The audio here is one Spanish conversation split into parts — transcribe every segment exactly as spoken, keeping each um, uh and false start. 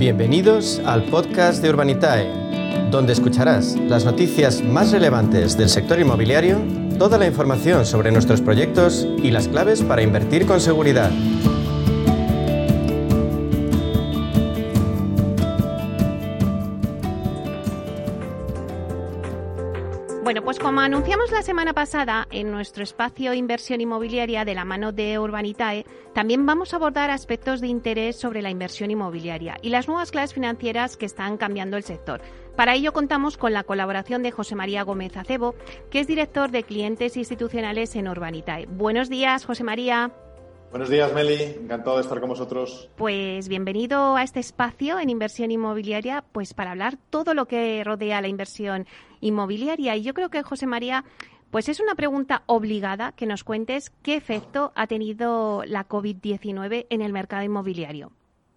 Bienvenidos al podcast de Urbanitae, donde escucharás las noticias más relevantes del sector inmobiliario, toda la información sobre nuestros proyectos y las claves para invertir con seguridad. Bueno, pues como anunciamos la semana pasada en nuestro espacio Inversión Inmobiliaria de la mano de Urbanitae, también vamos a abordar aspectos de interés sobre la inversión inmobiliaria y las nuevas claves financieras que están cambiando el sector. Para ello contamos con la colaboración de José María Gómez Acebo, que es director de clientes institucionales en Urbanitae. Buenos días, José María. Buenos días, Meli. Encantado de estar con vosotros. Pues bienvenido a este espacio en inversión inmobiliaria, pues para hablar todo lo que rodea la inversión inmobiliaria. Y yo creo que, José María, pues es una pregunta obligada que nos cuentes qué efecto ha tenido la covid diecinueve en el mercado inmobiliario.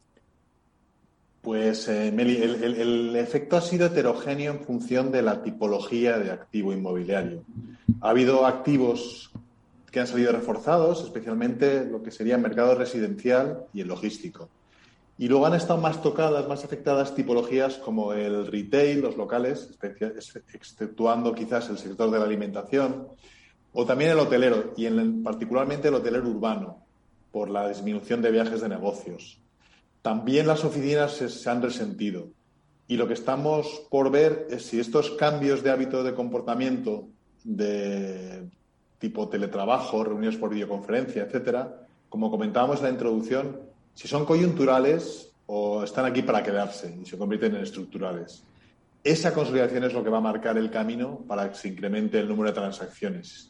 Pues, eh, Meli, el, el, el efecto ha sido heterogéneo en función de la tipología de activo inmobiliario. Ha habido activos que han salido reforzados, especialmente lo que sería el mercado residencial y el logístico. Y luego han estado más tocadas, más afectadas tipologías como el retail, los locales, exceptuando quizás el sector de la alimentación, o también el hotelero, y en el, particularmente el hotelero urbano, por la disminución de viajes de negocios. También las oficinas se, se han resentido. Y lo que estamos por ver es si estos cambios de hábito de comportamiento de tipo teletrabajo, reuniones por videoconferencia, etcétera, como comentábamos en la introducción, si son coyunturales o están aquí para quedarse y se convierten en estructurales. Esa consolidación es lo que va a marcar el camino para que se incremente el número de transacciones.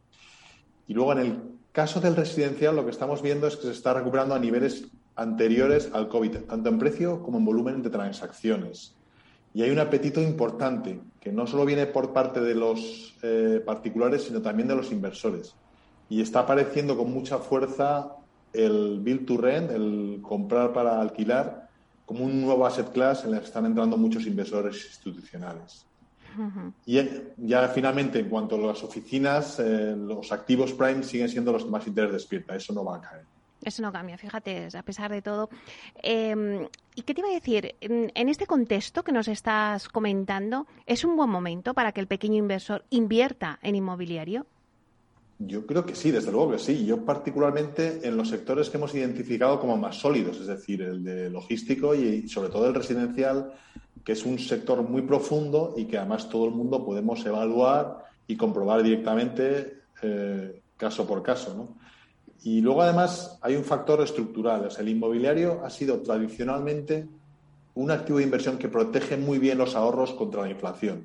Y luego, en el caso del residencial, lo que estamos viendo es que se está recuperando a niveles anteriores al COVID, tanto en precio como en volumen de transacciones. Y hay un apetito importante, que no solo viene por parte de los eh, particulares, sino también de los inversores. Y está apareciendo con mucha fuerza el build to rent, el comprar para alquilar, como un nuevo asset class en el que están entrando muchos inversores institucionales. Uh-huh. Y ya finalmente, en cuanto a las oficinas, eh, los activos prime siguen siendo los que más interés despierta. Eso no va a caer. Eso no cambia, fíjate, a pesar de todo. Eh, ¿Y qué te iba a decir? En, en este contexto que nos estás comentando, ¿es un buen momento para que el pequeño inversor invierta en inmobiliario? Yo creo que sí, desde luego que sí. Yo particularmente en los sectores que hemos identificado como más sólidos, es decir, el de logístico y sobre todo el residencial, que es un sector muy profundo y que además todo el mundo podemos evaluar y comprobar directamente eh, caso por caso, ¿no? Y luego, además, hay un factor estructural. O sea, el inmobiliario ha sido tradicionalmente un activo de inversión que protege muy bien los ahorros contra la inflación.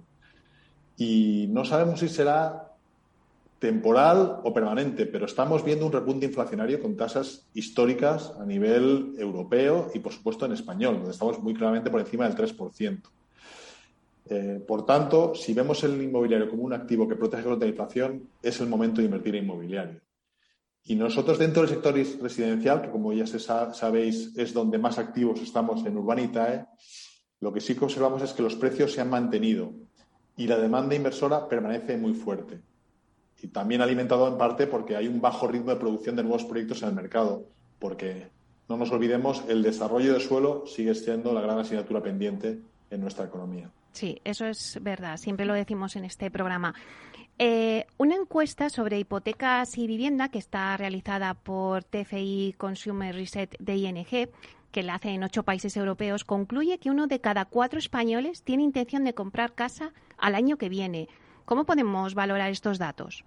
Y no sabemos si será temporal o permanente, pero estamos viendo un repunte inflacionario con tasas históricas a nivel europeo y, por supuesto, en español, donde estamos muy claramente por encima del tres por ciento. Eh, por tanto, si vemos el inmobiliario como un activo que protege contra la inflación, es el momento de invertir en inmobiliario. Y nosotros dentro del sector residencial, que como ya se sa- sabéis es donde más activos estamos en Urbanitae, lo que sí que observamos es que los precios se han mantenido y la demanda inversora permanece muy fuerte. Y también alimentado en parte porque hay un bajo ritmo de producción de nuevos proyectos en el mercado, porque no nos olvidemos, el desarrollo de suelo sigue siendo la gran asignatura pendiente en nuestra economía. Sí, eso es verdad, siempre lo decimos en este programa. Eh, una encuesta sobre hipotecas y vivienda que está realizada por T F I Consumer Research de I N G, que la hace en ocho países europeos, concluye que uno de cada cuatro españoles tiene intención de comprar casa al año que viene. ¿Cómo podemos valorar estos datos?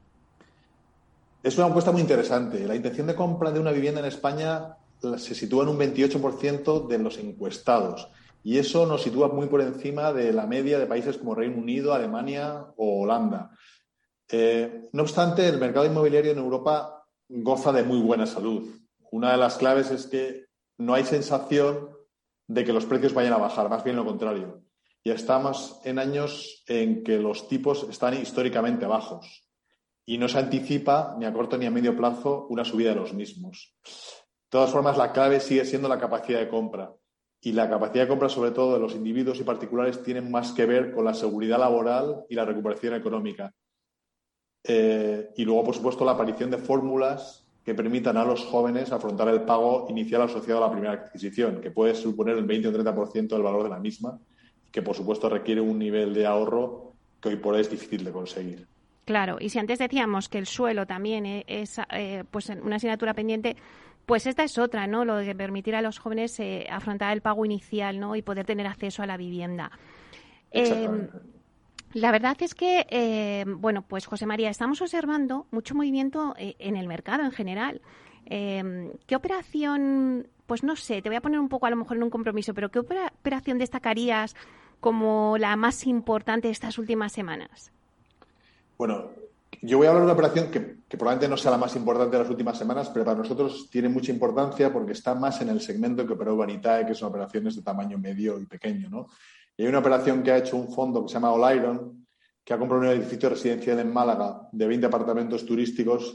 Es una encuesta muy interesante. La intención de compra de una vivienda en España se sitúa en un veintiocho por ciento de los encuestados. Y eso nos sitúa muy por encima de la media de países como Reino Unido, Alemania o Holanda. Eh, no obstante, el mercado inmobiliario en Europa goza de muy buena salud. Una de las claves es que no hay sensación de que los precios vayan a bajar, más bien lo contrario. Ya estamos en años en que los tipos están históricamente bajos y no se anticipa ni a corto ni a medio plazo una subida de los mismos. De todas formas, la clave sigue siendo la capacidad de compra. Y la capacidad de compra, sobre todo de los individuos y particulares, tiene más que ver con la seguridad laboral y la recuperación económica. Eh, y luego, por supuesto, la aparición de fórmulas que permitan a los jóvenes afrontar el pago inicial asociado a la primera adquisición, que puede suponer el veinte o treinta por ciento del valor de la misma, que por supuesto requiere un nivel de ahorro que hoy por hoy es difícil de conseguir. Claro, y si antes decíamos que el suelo también es eh, pues una asignatura pendiente, pues esta es otra, ¿no? Lo de permitir a los jóvenes eh, afrontar el pago inicial, ¿no? Y poder tener acceso a la vivienda. Exactamente. Eh, La verdad es que, eh, bueno, pues José María, estamos observando mucho movimiento eh, en el mercado en general. Eh, ¿Qué operación, pues no sé, te voy a poner un poco a lo mejor en un compromiso, pero qué opera- operación destacarías como la más importante de estas últimas semanas? Bueno, yo voy a hablar de una operación que, que probablemente no sea la más importante de las últimas semanas, pero para nosotros tiene mucha importancia porque está más en el segmento que operó Urbanitae, que son operaciones de tamaño medio y pequeño, ¿no? Y hay una operación que ha hecho un fondo que se llama All Iron, que ha comprado un edificio residencial en Málaga de veinte apartamentos turísticos,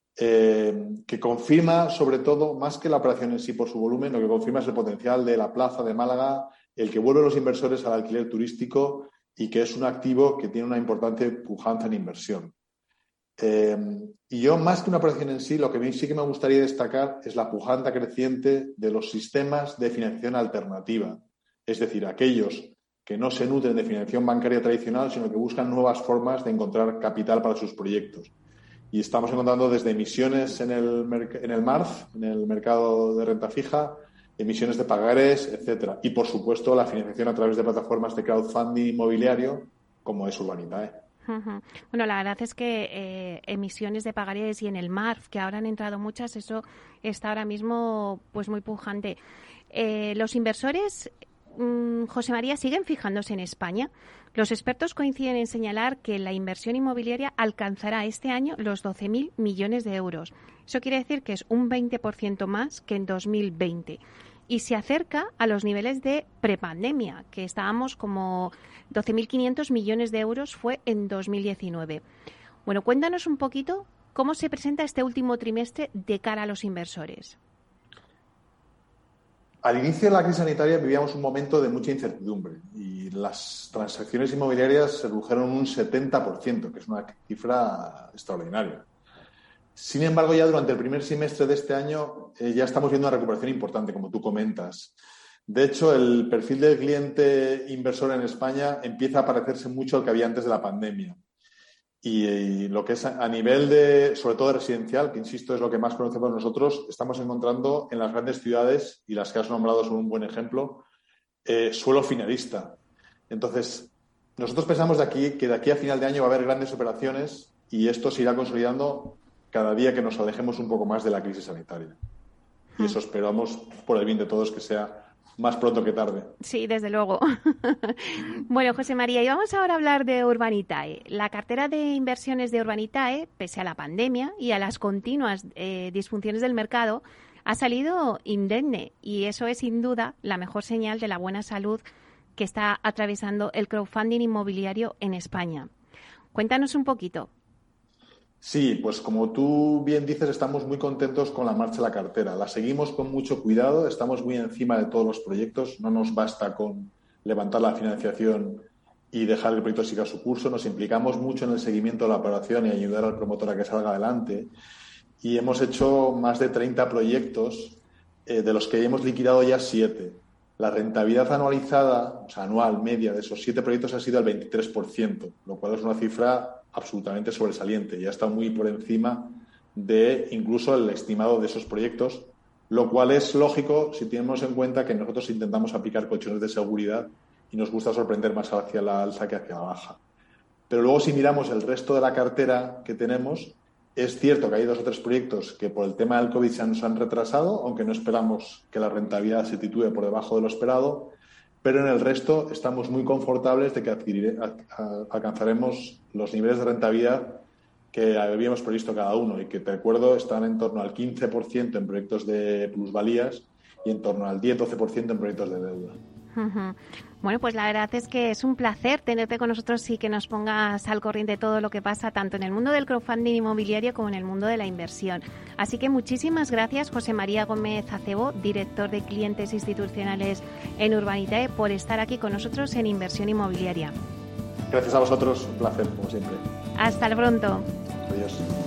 eh, que confirma, sobre todo, más que la operación en sí por su volumen, lo que confirma es el potencial de la plaza de Málaga, el que vuelve los inversores al alquiler turístico y que es un activo que tiene una importante pujanza en inversión. Eh, y yo, más que una operación en sí, lo que sí que me gustaría destacar es la pujanza creciente de los sistemas de financiación alternativa, es decir, aquellos que no se nutren de financiación bancaria tradicional, sino que buscan nuevas formas de encontrar capital para sus proyectos. Y estamos encontrando desde emisiones en el, en el M A R F, en el mercado de renta fija, emisiones de pagarés, etcétera. Y, por supuesto, la financiación a través de plataformas de crowdfunding inmobiliario, como es Urbanitae. Uh-huh. Bueno, la verdad es que eh, emisiones de pagarés y en el M A R F, que ahora han entrado muchas, eso está ahora mismo pues muy pujante. Eh, los inversores... José María, ¿siguen fijándose en España? Los expertos coinciden en señalar que la inversión inmobiliaria alcanzará este año los doce mil millones de euros. Eso quiere decir que es un veinte por ciento más que en dos mil veinte y se acerca a los niveles de prepandemia, que estábamos como doce mil quinientos millones de euros fue en dos mil diecinueve. Bueno, cuéntanos un poquito cómo se presenta este último trimestre de cara a los inversores. Al inicio de la crisis sanitaria vivíamos un momento de mucha incertidumbre y las transacciones inmobiliarias se redujeron un setenta por ciento, que es una cifra extraordinaria. Sin embargo, ya durante el primer semestre de este año eh, ya estamos viendo una recuperación importante, como tú comentas. De hecho, el perfil del cliente inversor en España empieza a parecerse mucho al que había antes de la pandemia. Y, y lo que es a nivel de, sobre todo de residencial, que insisto es lo que más conocemos nosotros, estamos encontrando en las grandes ciudades, y las que has nombrado son un buen ejemplo, eh, suelo finalista. Entonces, nosotros pensamos de aquí, que de aquí a final de año va a haber grandes operaciones y esto se irá consolidando cada día que nos alejemos un poco más de la crisis sanitaria. Y eso esperamos, por el bien de todos, que sea más pronto que tarde. Sí, desde luego. Bueno, José María, y vamos ahora a hablar de Urbanitae. La cartera de inversiones de Urbanitae, pese a la pandemia y a las continuas eh, disfunciones del mercado, ha salido indemne y eso es sin duda la mejor señal de la buena salud que está atravesando el crowdfunding inmobiliario en España. Cuéntanos un poquito. Sí, pues como tú bien dices, estamos muy contentos con la marcha de la cartera. La seguimos con mucho cuidado, estamos muy encima de todos los proyectos. No nos basta con levantar la financiación y dejar que el proyecto siga su curso. Nos implicamos mucho en el seguimiento de la operación y ayudar al promotor a que salga adelante. Y hemos hecho más de treinta proyectos, eh, de los que hemos liquidado ya siete. La rentabilidad anualizada, o sea, anual, media, de esos siete proyectos ha sido el veintitrés por ciento, lo cual es una cifra absolutamente sobresaliente. Ya está muy por encima de incluso el estimado de esos proyectos, lo cual es lógico si tenemos en cuenta que nosotros intentamos aplicar colchones de seguridad y nos gusta sorprender más hacia la alza que hacia la baja. Pero luego, si miramos el resto de la cartera que tenemos, es cierto que hay dos o tres proyectos que por el tema del COVID se nos han retrasado, aunque no esperamos que la rentabilidad se sitúe por debajo de lo esperado, pero en el resto estamos muy confortables de que adquiriré, a, a, alcanzaremos los niveles de rentabilidad que habíamos previsto cada uno y que, te recuerdo, están en torno al quince por ciento en proyectos de plusvalías y en torno al diez a doce por ciento en proyectos de deuda. Uh-huh. Bueno, pues la verdad es que es un placer tenerte con nosotros y que nos pongas al corriente de todo lo que pasa tanto en el mundo del crowdfunding inmobiliario como en el mundo de la inversión. Así que muchísimas gracias, José María Gómez Acebo, director de clientes institucionales en Urbanitae, por estar aquí con nosotros en Inversión Inmobiliaria. Gracias a vosotros, un placer, como siempre. Hasta pronto. Adiós.